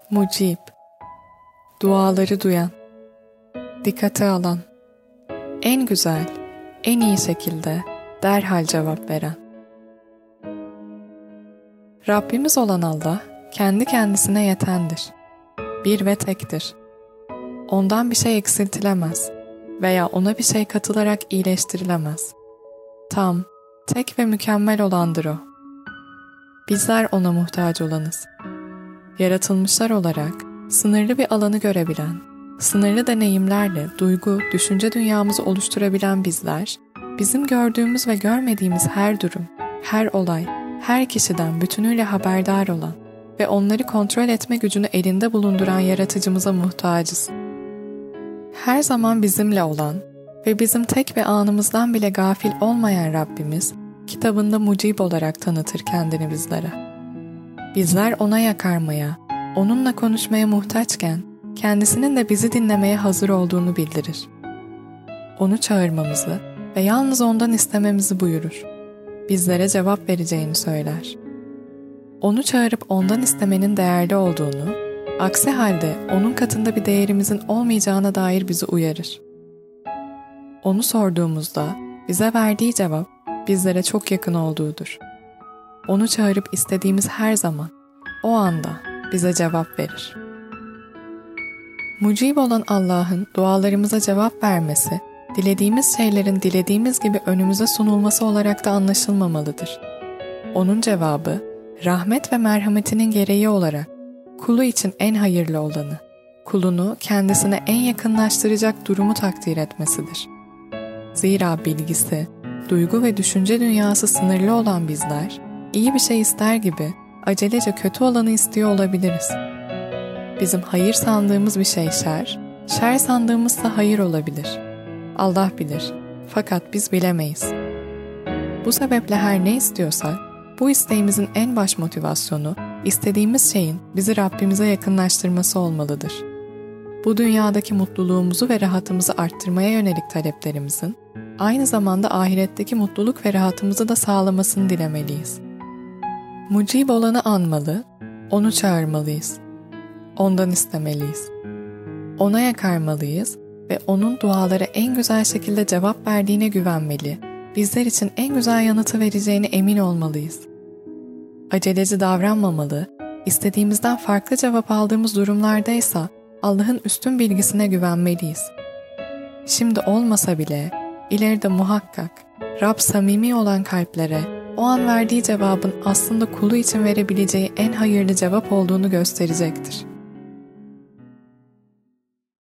Mucib, duaları duyan, dikkate alan, en güzel, en iyi şekilde derhal cevap veren. Rabbimiz olan Allah, kendi kendisine yetendir. Bir ve tektir. Ondan bir şey eksiltilemez veya ona bir şey katılarak iyileştirilemez. Tam, tek ve mükemmel olandır o. Bizler ona muhtaç olanız. Yaratılmışlar olarak sınırlı bir alanı görebilen, sınırlı deneyimlerle duygu, düşünce dünyamızı oluşturabilen bizler, bizim gördüğümüz ve görmediğimiz her durum, her olay, her kişiden bütünüyle haberdar olan ve onları kontrol etme gücünü elinde bulunduran yaratıcımıza muhtacız. Her zaman bizimle olan ve bizim tek bir anımızdan bile gafil olmayan Rabbimiz, kitabında Mucib olarak tanıtır kendini bizlere. Bizler ona yakarmaya, onunla konuşmaya muhtaçken, kendisinin de bizi dinlemeye hazır olduğunu bildirir. Onu çağırmamızı ve yalnız ondan istememizi buyurur. Bizlere cevap vereceğini söyler. Onu çağırıp ondan istemenin değerli olduğunu, aksi halde onun katında bir değerimizin olmayacağına dair bizi uyarır. Onu sorduğumuzda bize verdiği cevap bizlere çok yakın olduğudur. Onu çağırıp istediğimiz her zaman, o anda bize cevap verir. Mucib olan Allah'ın dualarımıza cevap vermesi, dilediğimiz şeylerin dilediğimiz gibi önümüze sunulması olarak da anlaşılmamalıdır. Onun cevabı, rahmet ve merhametinin gereği olarak, kulu için en hayırlı olanı, kulunu kendisine en yakınlaştıracak durumu takdir etmesidir. Zira bilgisi, duygu ve düşünce dünyası sınırlı olan bizler, iyi bir şey ister gibi acelece kötü olanı istiyor olabiliriz. Bizim hayır sandığımız bir şey şer, şer sandığımızsa hayır olabilir. Allah bilir, fakat biz bilemeyiz. Bu sebeple her ne istiyorsak, bu isteğimizin en baş motivasyonu, istediğimiz şeyin bizi Rabbimize yakınlaştırması olmalıdır. Bu dünyadaki mutluluğumuzu ve rahatımızı arttırmaya yönelik taleplerimizin, aynı zamanda ahiretteki mutluluk ve rahatımızı da sağlamasını dilemeliyiz. Mucib olanı anmalı, onu çağırmalıyız. Ondan istemeliyiz. Ona yakarmalıyız ve onun dualara en güzel şekilde cevap verdiğine güvenmeli, bizler için en güzel yanıtı vereceğine emin olmalıyız. Aceleci davranmamalı, istediğimizden farklı cevap aldığımız durumlardaysa Allah'ın üstün bilgisine güvenmeliyiz. Şimdi olmasa bile ileride muhakkak Rab samimi olan kalplere o an verdiği cevabın aslında kulu için verebileceği en hayırlı cevap olduğunu gösterecektir.